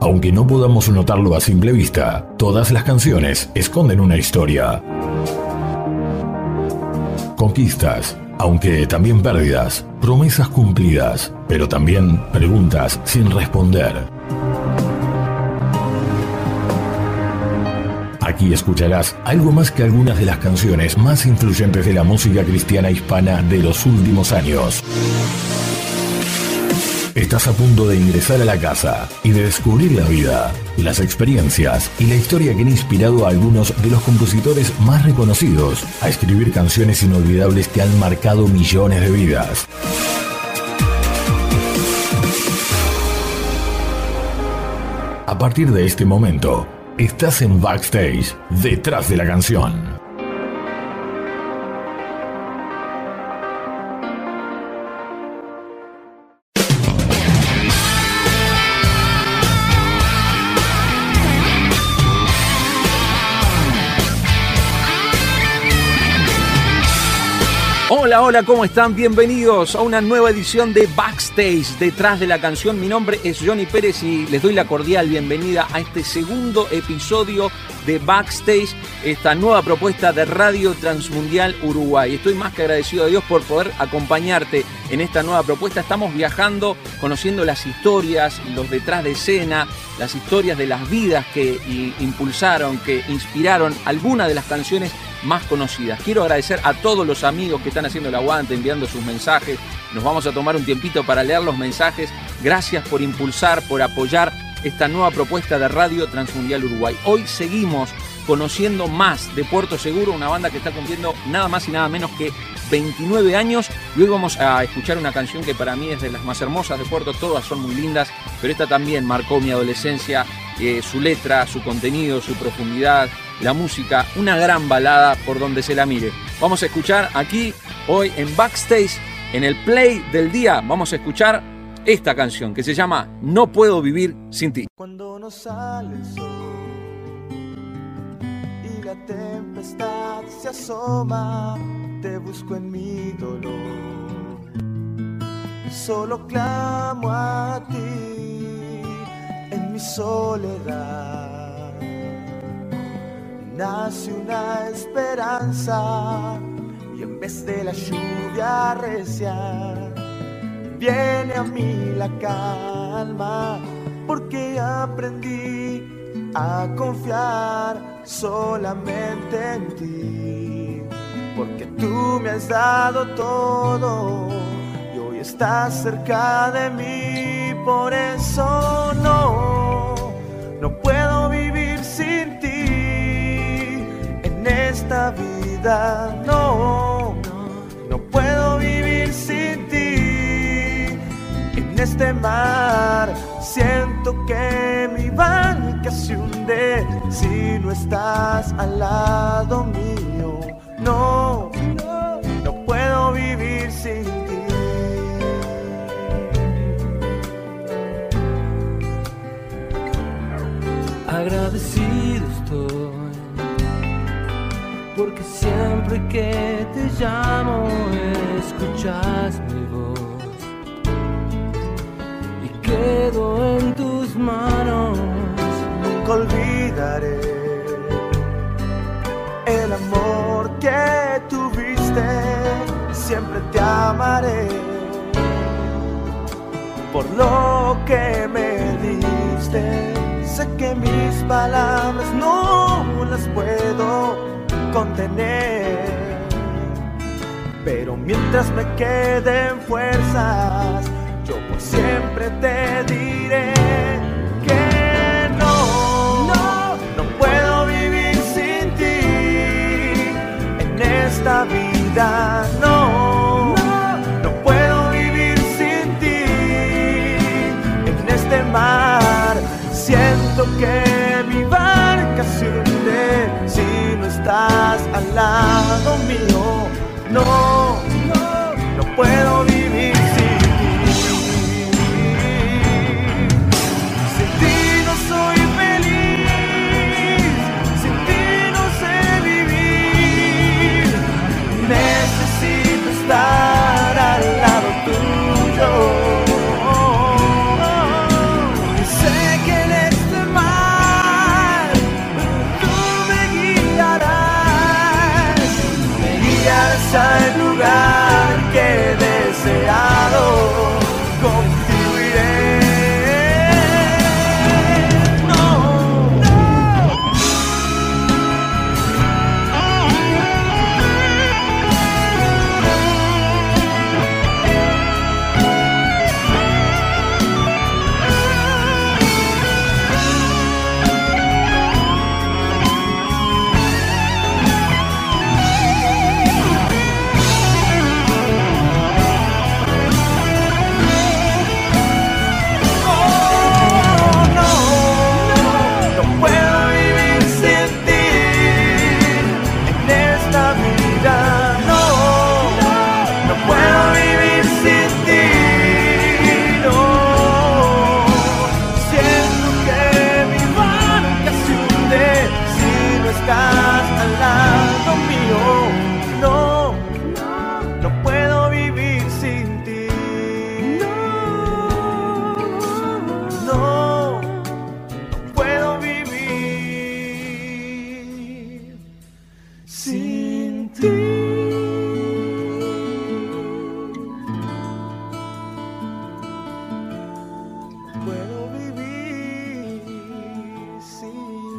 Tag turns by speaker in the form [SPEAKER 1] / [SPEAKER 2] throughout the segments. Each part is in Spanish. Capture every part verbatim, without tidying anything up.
[SPEAKER 1] Aunque no podamos notarlo a simple vista, todas las canciones esconden una historia. Conquistas, aunque también pérdidas, promesas cumplidas, pero también preguntas sin responder. Aquí escucharás algo más que algunas de las canciones más influyentes de la música cristiana hispana de los últimos años. Estás a punto de ingresar a la casa y de descubrir la vida, las experiencias y la historia que han inspirado a algunos de los compositores más reconocidos a escribir canciones inolvidables que han marcado millones de vidas. A partir de este momento, estás en Backstage, detrás de la canción.
[SPEAKER 2] Hola, hola, ¿cómo están? Bienvenidos a una nueva edición de Backstage, detrás de la canción. Mi nombre es Johnny Pérez y les doy la cordial bienvenida a este segundo episodio de Backstage, esta nueva propuesta de Radio Transmundial Uruguay. Estoy más que agradecido a Dios por poder acompañarte en esta nueva propuesta. Estamos viajando, conociendo las historias, los detrás de escena, las historias de las vidas que impulsaron, que inspiraron algunas de las canciones más conocidas. Quiero agradecer a todos los amigos que están haciendo el aguante, enviando sus mensajes. Nos vamos a tomar un tiempito para leer los mensajes. Gracias por impulsar, por apoyar esta nueva propuesta de Radio Transmundial Uruguay. Hoy seguimos conociendo más de Puerto Seguro, una banda que está cumpliendo nada más y nada menos que veintinueve años. Y hoy vamos a escuchar una canción que para mí es de las más hermosas de Puerto. Todas son muy lindas, pero esta también marcó mi adolescencia. Eh, su letra, su contenido, su profundidad, la música, una gran balada por donde se la mire. Vamos a escuchar aquí, hoy en Backstage, en el play del día, vamos a escuchar esta canción que se llama No Puedo Vivir Sin Ti.
[SPEAKER 3] Cuando no sale el sol y la tempestad se asoma, te busco en mi dolor, solo clamo a ti. En mi soledad nace una esperanza y en vez de la lluvia recia viene a mí la calma, porque aprendí a confiar solamente en ti, porque tú me has dado todo y hoy estás cerca de mí. Por eso no, no puedo vivir sin ti en esta vida, no, no puedo vivir sin ti en este mar. Siento que mi barca se hunde si no estás al lado mío, no, no puedo vivir sin ti.
[SPEAKER 4] Agradecido estoy, porque siempre que te llamo escuchas mi voz y quedo en tus manos.
[SPEAKER 3] Nunca olvidaré el amor que tuviste, siempre te amaré por lo que me diste. Sé que mis palabras no las puedo contener, pero mientras me queden fuerzas, yo por siempre te diré que no, no, no puedo vivir sin ti en esta vida, no, no, no puedo vivir sin ti en este mar. Siento que mi barca se hunde si no estás al lado mío. No, no, no puedo vivir sin ti. Sin ti no soy feliz, sin ti no sé vivir. Necesito estar al lado tuyo. Sé que eres puedo vivir sin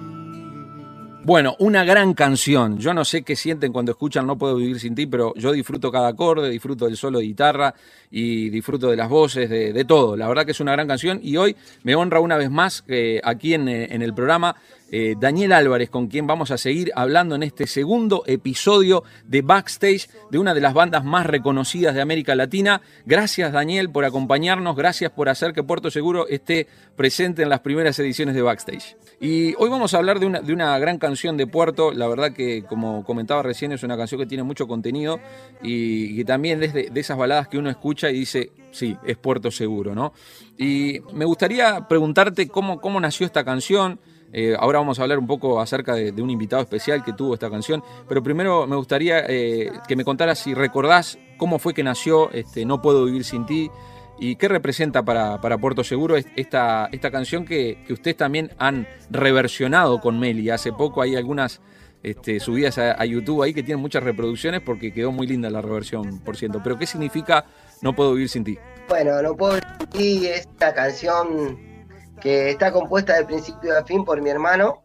[SPEAKER 3] ti.
[SPEAKER 2] Bueno, una gran canción. Yo no sé qué sienten cuando escuchan No Puedo Vivir Sin Ti, pero yo disfruto cada acorde, disfruto del solo de guitarra y disfruto de las voces, de, de todo. La verdad que es una gran canción y hoy me honra una vez más eh, aquí en, en el programa eh, Daniel Álvarez, con quien vamos a seguir hablando en este segundo episodio de Backstage de una de las bandas más reconocidas de América Latina. Gracias, Daniel, por acompañarnos, gracias por hacer que Puerto Seguro esté presente en las primeras ediciones de Backstage. Y hoy vamos a hablar de una, de una gran canción de Puerto. La verdad que, como comentaba recién, es una canción que tiene mucho contenido y, y también desde de esas baladas que uno escucha y dice, sí, es Puerto Seguro, ¿no? Y me gustaría preguntarte cómo, cómo nació esta canción. Eh, ahora vamos a hablar un poco acerca de, de un invitado especial que tuvo esta canción, pero primero me gustaría eh, que me contaras si recordás cómo fue que nació este, No Puedo Vivir Sin Ti y qué representa para, para Puerto Seguro esta, esta canción que, que ustedes también han reversionado con Meli. Hace poco hay algunas este, subidas a, a YouTube ahí que tienen muchas reproducciones porque quedó muy linda la reversión, por ciento. Pero ¿qué significa No Puedo Vivir Sin Ti?
[SPEAKER 5] Bueno, No Puedo Vivir Sin Ti es una canción que está compuesta de principio a fin por mi hermano,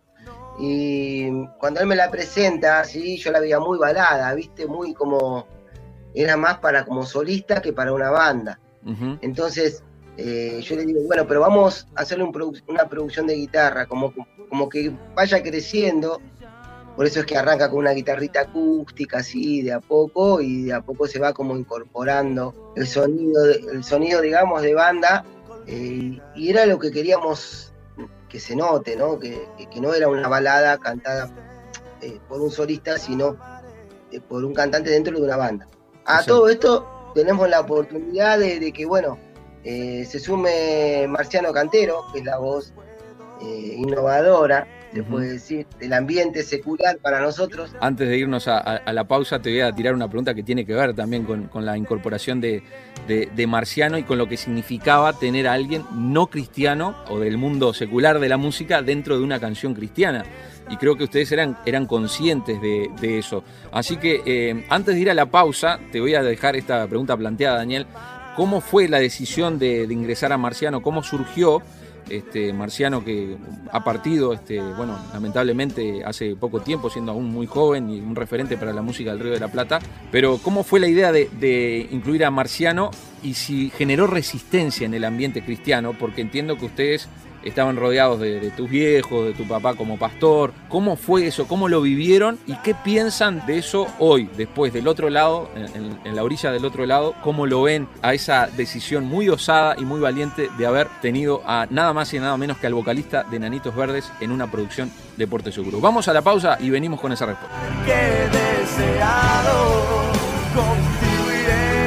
[SPEAKER 5] y cuando él me la presenta, sí, yo la veía muy balada, viste, muy como, era más para como solista que para una banda. Uh-huh. Entonces eh, yo le digo, bueno, pero vamos a hacerle un produ- una producción de guitarra, como, como que vaya creciendo. Por eso es que arranca con una guitarrita acústica así de a poco, y de a poco se va como incorporando el sonido, el sonido digamos de banda. Eh, y era lo que queríamos que se note, ¿no? Que, que, que no era una balada cantada eh, por un solista, sino eh, por un cantante dentro de una banda. A sí. Todo esto tenemos la oportunidad de, de que, bueno, eh, se sume Marciano Cantero, que es la voz eh, innovadora, se uh-huh. puede decir, del ambiente secular para nosotros.
[SPEAKER 2] Antes de irnos a, a, a la pausa, te voy a tirar una pregunta que tiene que ver también con, con la incorporación de, de, de Marciano y con lo que significaba tener a alguien no cristiano o del mundo secular de la música dentro de una canción cristiana. Y creo que ustedes eran, eran conscientes de, de eso. Así que eh, antes de ir a la pausa, te voy a dejar esta pregunta planteada, Daniel. ¿Cómo fue la decisión de, de ingresar a Marciano? ¿Cómo surgió? Este Marciano, que ha partido, este, bueno, lamentablemente hace poco tiempo, siendo aún muy joven y un referente para la música del Río de la Plata. Pero ¿cómo fue la idea de, de incluir a Marciano y si generó resistencia en el ambiente cristiano? Porque entiendo que ustedes estaban rodeados de, de tus viejos, de tu papá como pastor. ¿Cómo fue eso? ¿Cómo lo vivieron? ¿Y qué piensan de eso hoy, después del otro lado, en, en la orilla del otro lado? ¿Cómo lo ven a esa decisión muy osada y muy valiente de haber tenido a nada más y nada menos que al vocalista de Enanitos Verdes en una producción de Puerto Seguro? Vamos a la pausa y venimos con esa respuesta.
[SPEAKER 3] Qué deseado contigo iré.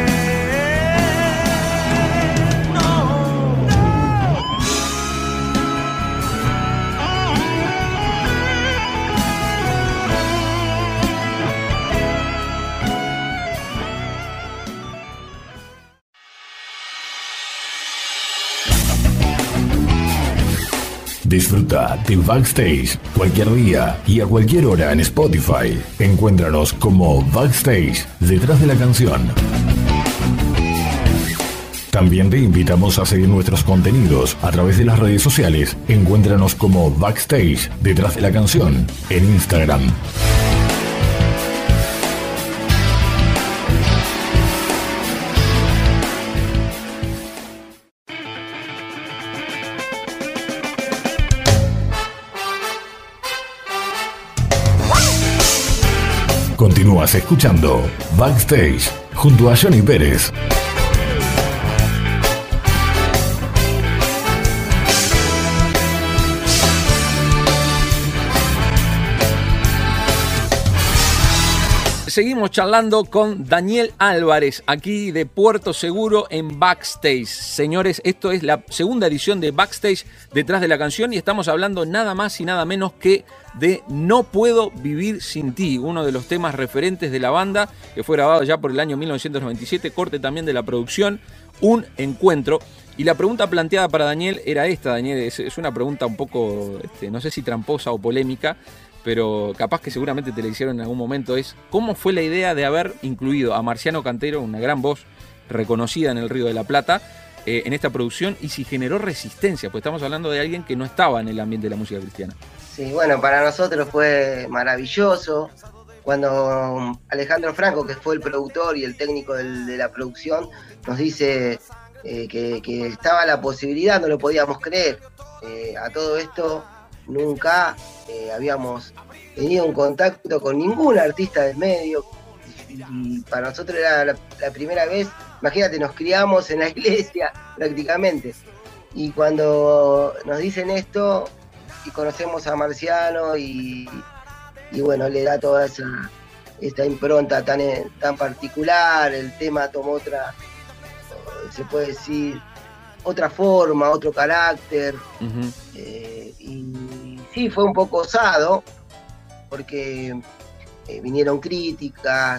[SPEAKER 1] Disfruta de Backstage cualquier día y a cualquier hora en Spotify. Encuéntranos como Backstage, detrás de la canción. También te invitamos a seguir nuestros contenidos a través de las redes sociales. Encuéntranos como Backstage, detrás de la canción, en Instagram. Continúas escuchando Backstage junto a Johnny Pérez.
[SPEAKER 2] Seguimos charlando con Daniel Álvarez, aquí de Puerto Seguro en Backstage. Señores, esto es la segunda edición de Backstage, detrás de la canción, y estamos hablando nada más y nada menos que de No Puedo Vivir Sin Ti, uno de los temas referentes de la banda, que fue grabado ya por el año mil novecientos noventa y siete, corte también de la producción, Un Encuentro. Y la pregunta planteada para Daniel era esta, Daniel, es, es una pregunta un poco, este, no sé si tramposa o polémica, pero capaz que seguramente te la hicieron en algún momento, es ¿cómo fue la idea de haber incluido a Marciano Cantero, una gran voz reconocida en el Río de la Plata, eh, en esta producción y si generó resistencia, pues estamos hablando de alguien que no estaba en el ambiente de la música cristiana.
[SPEAKER 5] Sí, bueno, para nosotros fue maravilloso. Cuando Alejandro Franco, que fue el productor y el técnico del, de la producción, nos dice eh, que, que estaba la posibilidad, no lo podíamos creer. Eh, a todo esto nunca eh, habíamos tenido un contacto con ningún artista del medio y, y para nosotros era la, la primera vez. Imagínate, nos criamos en la iglesia prácticamente y cuando nos dicen esto y conocemos a Marciano y y bueno, le da toda esa esta impronta tan, tan particular, el tema tomó otra, se puede decir, otra forma, otro carácter, uh-huh. eh, y sí, fue un poco osado, porque eh, vinieron críticas,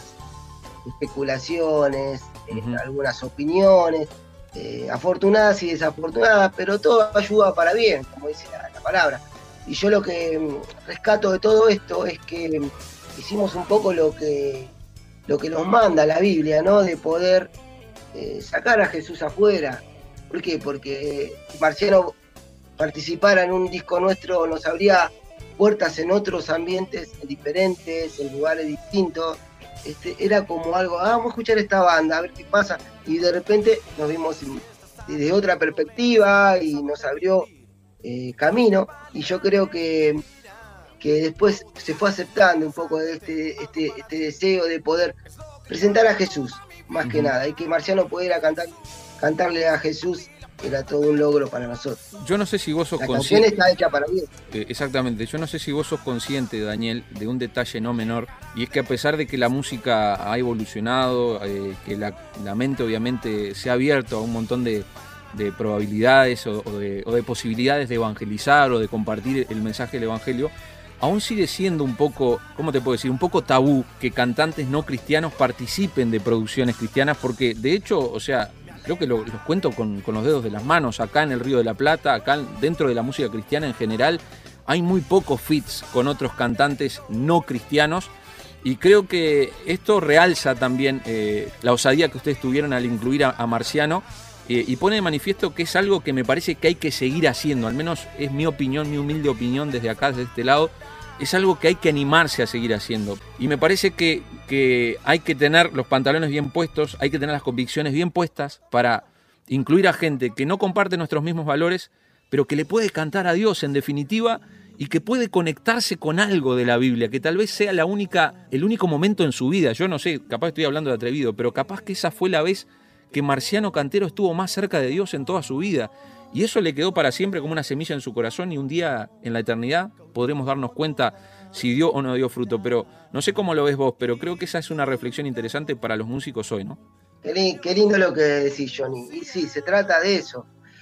[SPEAKER 5] especulaciones, uh-huh. eh, algunas opiniones, eh, afortunadas y desafortunadas, pero todo ayuda para bien, como dice la, la palabra. Y yo lo que rescato de todo esto es que hicimos un poco lo que, lo que nos manda la Biblia, ¿no? De poder eh, sacar a Jesús afuera. ¿Por qué? Porque si Marciano participara en un disco nuestro nos abría puertas en otros ambientes diferentes, en lugares distintos. Este, era como algo, ah, vamos a escuchar esta banda, a ver qué pasa. Y de repente nos vimos desde otra perspectiva y nos abrió Eh, camino, y yo creo que, que después se fue aceptando un poco de este, este, este deseo de poder presentar a Jesús, más uh-huh. que nada, y que Marciano pudiera cantar, cantarle a Jesús era todo un logro para nosotros.
[SPEAKER 2] Yo no sé si vos sos
[SPEAKER 5] la
[SPEAKER 2] consciente.
[SPEAKER 5] La canción está hecha para mí.
[SPEAKER 2] Eh, exactamente, yo no sé si vos sos consciente, Daniel, de un detalle no menor, y es que a pesar de que la música ha evolucionado, eh, que la, la mente obviamente se ha abierto a un montón de de probabilidades o, o, de, o de posibilidades de evangelizar o de compartir el mensaje del evangelio, aún sigue siendo un poco, ¿cómo te puedo decir? Un poco tabú que cantantes no cristianos participen de producciones cristianas, porque de hecho, o sea, creo que lo, los cuento con, con los dedos de las manos, acá en el Río de la Plata, acá dentro de la música cristiana en general, hay muy pocos feats con otros cantantes no cristianos, y creo que esto realza también eh, la osadía que ustedes tuvieron al incluir a, a Marciano, Eh, y pone de manifiesto que es algo que me parece que hay que seguir haciendo, al menos es mi opinión, mi humilde opinión desde acá, desde este lado, es algo que hay que animarse a seguir haciendo. Y me parece que, que hay que tener los pantalones bien puestos, hay que tener las convicciones bien puestas para incluir a gente que no comparte nuestros mismos valores, pero que le puede cantar a Dios en definitiva y que puede conectarse con algo de la Biblia, que tal vez sea la única, el único momento en su vida. Yo no sé, capaz estoy hablando de atrevido, pero capaz que esa fue la vez que Marciano Cantero estuvo más cerca de Dios en toda su vida, y eso le quedó para siempre como una semilla en su corazón, y un día en la eternidad podremos darnos cuenta si dio o no dio fruto. Pero no sé cómo lo ves vos, pero creo que esa es una reflexión interesante para los músicos hoy, ¿no?
[SPEAKER 5] Qué, qué lindo lo que decís, Johnny, y sí, se trata de eso.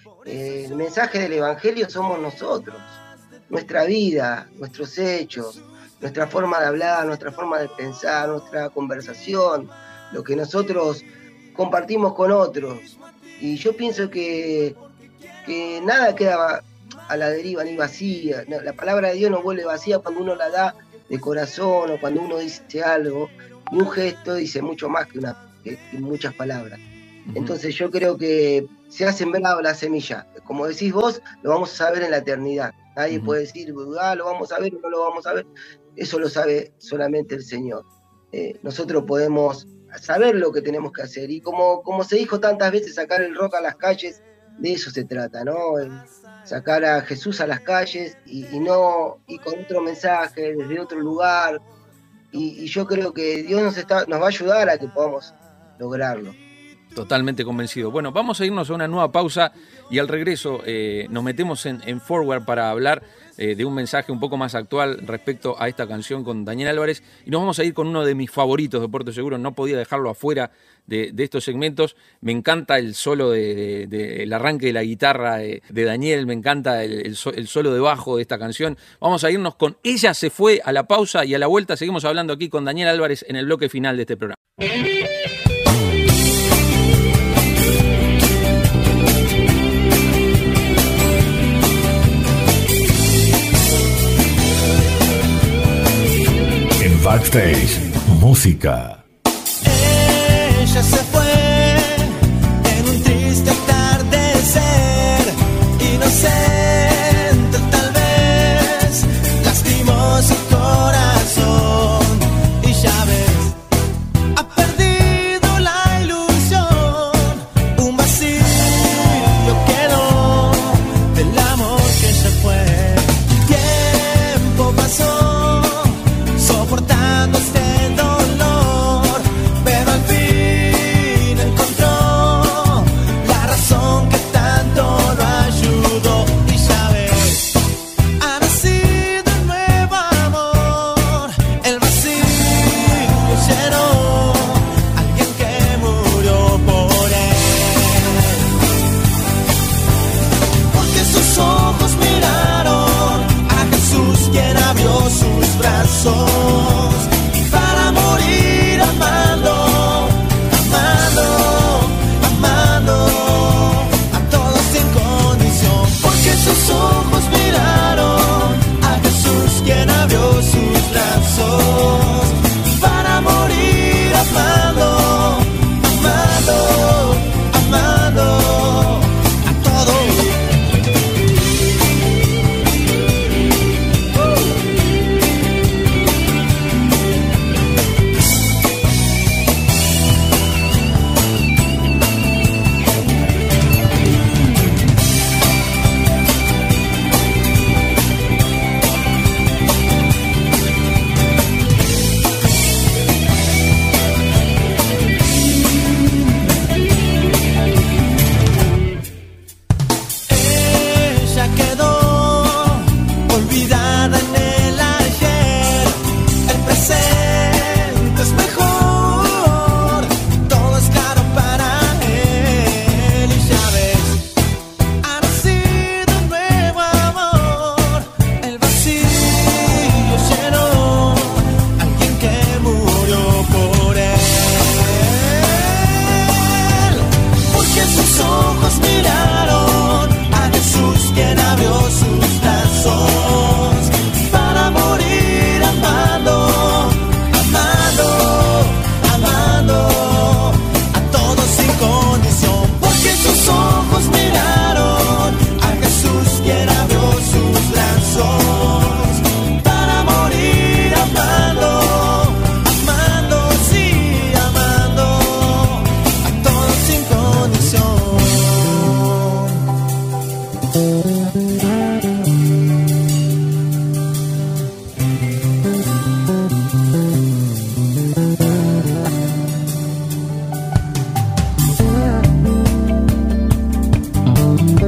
[SPEAKER 5] Eh, el mensaje del evangelio somos nosotros, nuestra vida, nuestros hechos, nuestra forma de hablar, nuestra forma de pensar, nuestra conversación, lo que nosotros compartimos con otros. Y yo pienso que, que nada queda a la deriva ni vacía. La palabra de Dios no vuelve vacía cuando uno la da de corazón o cuando uno dice algo. Y un gesto dice mucho más que, una, que, que muchas palabras. Uh-huh. Entonces yo creo que se ha sembrado la semilla. Como decís vos, lo vamos a saber en la eternidad. Nadie uh-huh. puede decir, ah, lo vamos a ver o no lo vamos a ver. Eso lo sabe solamente el Señor. Eh, nosotros podemos saber lo que tenemos que hacer, y como, como se dijo tantas veces, sacar el rock a las calles, de eso se trata, ¿no? El sacar a Jesús a las calles y, y no y con otro mensaje desde otro lugar, y, y yo creo que Dios nos está nos va a ayudar a que podamos lograrlo.
[SPEAKER 2] Totalmente convencido. Bueno, vamos a irnos a una nueva pausa y al regreso eh, nos metemos en, en Forward para hablar eh, de un mensaje un poco más actual respecto a esta canción con Daniel Álvarez, y nos vamos a ir con uno de mis favoritos de Puerto Seguro. No podía dejarlo afuera de, de estos segmentos. Me encanta el solo de, de, de el arranque de la guitarra de, de Daniel, me encanta el, el, el solo de bajo de esta canción. Vamos a irnos con Ella se fue, a la pausa, y a la vuelta seguimos hablando aquí con Daniel Álvarez en el bloque final de este programa.
[SPEAKER 1] Backstage, música.
[SPEAKER 3] Ella se fue en un triste tarde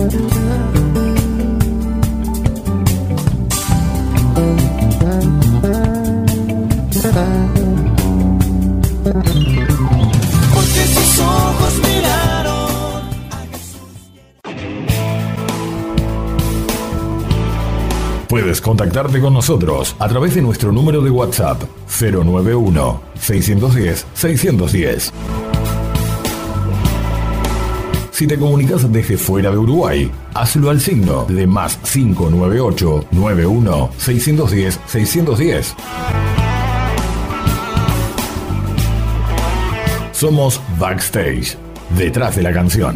[SPEAKER 3] Porque sus ojos miraron a Jesús.
[SPEAKER 1] Puedes contactarte con nosotros a través de nuestro número de WhatsApp cero nueve uno, seis uno cero, seis uno cero. Si te comunicas desde fuera de Uruguay, hazlo al signo de más cinco nueve ocho, nueve uno, seis uno cero, seis uno cero. Somos Backstage, detrás de la canción.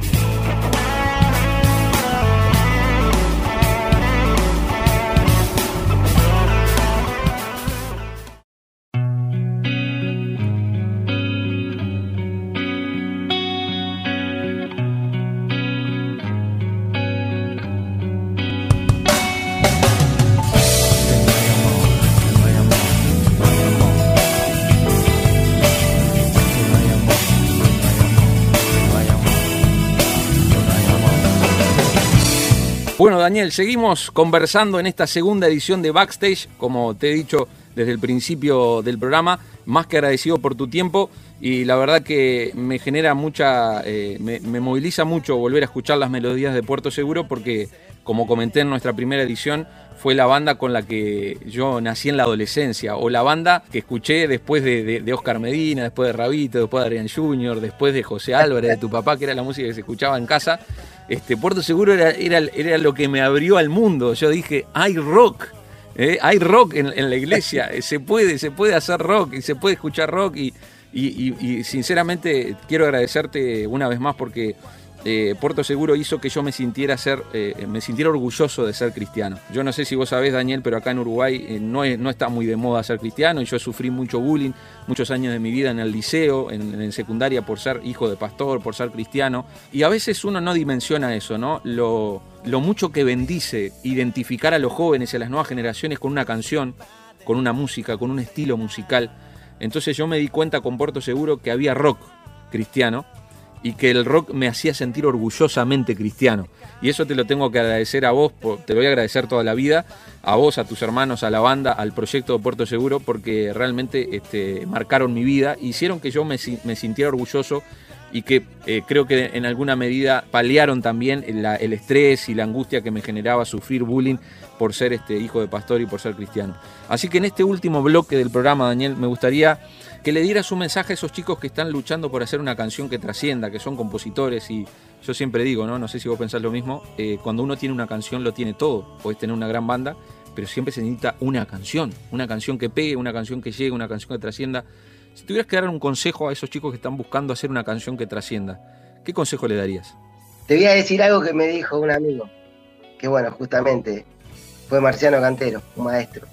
[SPEAKER 2] Bueno, Daniel, seguimos conversando en esta segunda edición de Backstage, como te he dicho desde el principio del programa, más que agradecido por tu tiempo y la verdad que me genera mucha, eh, me, me moviliza mucho volver a escuchar las melodías de Puerto Seguro porque, como comenté en nuestra primera edición, fue la banda con la que yo nací en la adolescencia, o la banda que escuché después de, de, de Oscar Medina, después de Rabito, después de Adrián junior, después de José Álvarez, de tu papá, que era la música que se escuchaba en casa. Este, Puerto Seguro era, era, era lo que me abrió al mundo. Yo dije, hay rock, ¿eh? hay rock en, en la iglesia, se puede, se puede hacer rock, y se puede escuchar rock, y, y, y, y sinceramente quiero agradecerte una vez más porque eh, Puerto Seguro hizo que yo me sintiera ser, eh, me sintiera orgulloso de ser cristiano. Yo no sé si vos sabés, Daniel, pero acá en Uruguay eh, no, es, no está muy de moda ser cristiano, y yo sufrí mucho bullying, muchos años de mi vida en el liceo, en, en secundaria, por ser hijo de pastor, por ser cristiano, y a veces uno no dimensiona eso, ¿no? Lo, lo mucho que bendice identificar a los jóvenes y a las nuevas generaciones con una canción, con una música, con un estilo musical. Entonces yo me di cuenta con Puerto Seguro que había rock cristiano, y que el rock me hacía sentir orgullosamente cristiano. Y eso te lo tengo que agradecer a vos, te lo voy a agradecer toda la vida, a vos, a tus hermanos, a la banda, al proyecto de Puerto Seguro, porque realmente este, marcaron mi vida, hicieron que yo me, me sintiera orgulloso y que eh, creo que en alguna medida paliaron también la, el estrés y la angustia que me generaba sufrir bullying por ser este, hijo de pastor y por ser cristiano. Así que en este último bloque del programa, Daniel, me gustaría que le dieras un mensaje a esos chicos que están luchando por hacer una canción que trascienda, que son compositores, y yo siempre digo, no, no sé si vos pensás lo mismo, eh, cuando uno tiene una canción lo tiene todo, podés tener una gran banda, pero siempre se necesita una canción, una canción que pegue, una canción que llegue, una canción que trascienda. Si tuvieras que dar un consejo a esos chicos que están buscando hacer una canción que trascienda, ¿qué consejo le darías?
[SPEAKER 5] Te voy a decir algo que me dijo un amigo, que bueno, justamente fue Marciano Cantero, un maestro.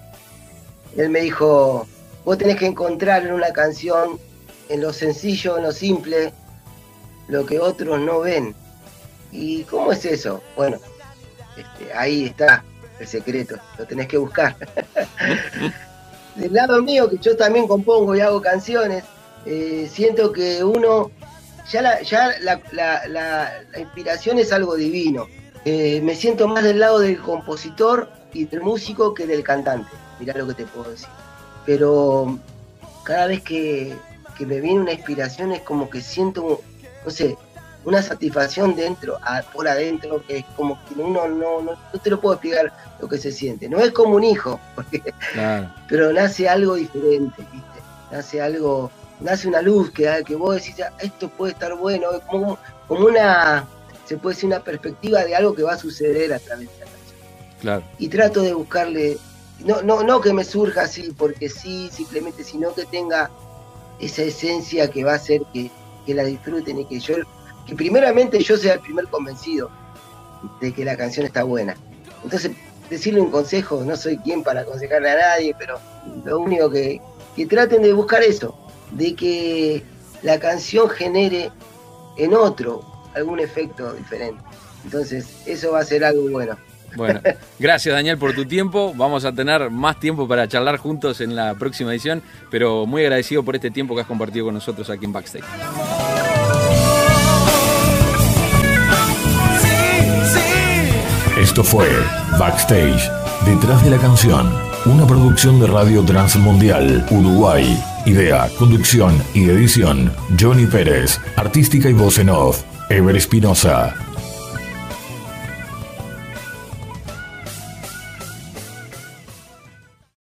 [SPEAKER 5] Él me dijo, vos tenés que encontrar en una canción, en lo sencillo, en lo simple, lo que otros no ven. ¿Y cómo es eso? Bueno, este, ahí está el secreto, lo tenés que buscar. Del lado mío, que yo también compongo y hago canciones, eh, siento que uno, ya, la, ya la, la, la, la inspiración es algo divino. Eh, me siento más del lado del compositor y del músico que del cantante, mirá lo que te puedo decir. Pero cada vez que, que me viene una inspiración es como que siento, no sé, una satisfacción dentro, a, por adentro, que es como que uno no, no, no te lo puedo explicar lo que se siente. No es como un hijo, porque, claro. Pero nace algo diferente, ¿viste? Nace algo, nace una luz que, que vos decís, esto puede estar bueno, es como, como una, se puede decir, una perspectiva de algo que va a suceder a través de la canción.
[SPEAKER 2] Claro.
[SPEAKER 5] Y trato de buscarle, no, no, no que me surja así, porque sí, simplemente, sino que tenga esa esencia que va a hacer que, que la disfruten y que yo, que primeramente yo sea el primer convencido de que la canción está buena. Entonces, decirle un consejo, no soy quien para aconsejarle a nadie, pero lo único que, que traten de buscar eso, de que la canción genere en otro algún efecto diferente. Entonces, eso va a ser algo bueno.
[SPEAKER 2] Bueno, gracias Daniel por tu tiempo, vamos a tener más tiempo para charlar juntos en la próxima edición, pero muy agradecido por este tiempo que has compartido con nosotros aquí en Backstage.
[SPEAKER 3] Sí, sí.
[SPEAKER 1] Esto fue Backstage, Detrás de la Canción, una producción de Radio Transmundial, Uruguay. Idea, conducción y edición, Johnny Pérez. Artística y voz en off, Ever Espinosa.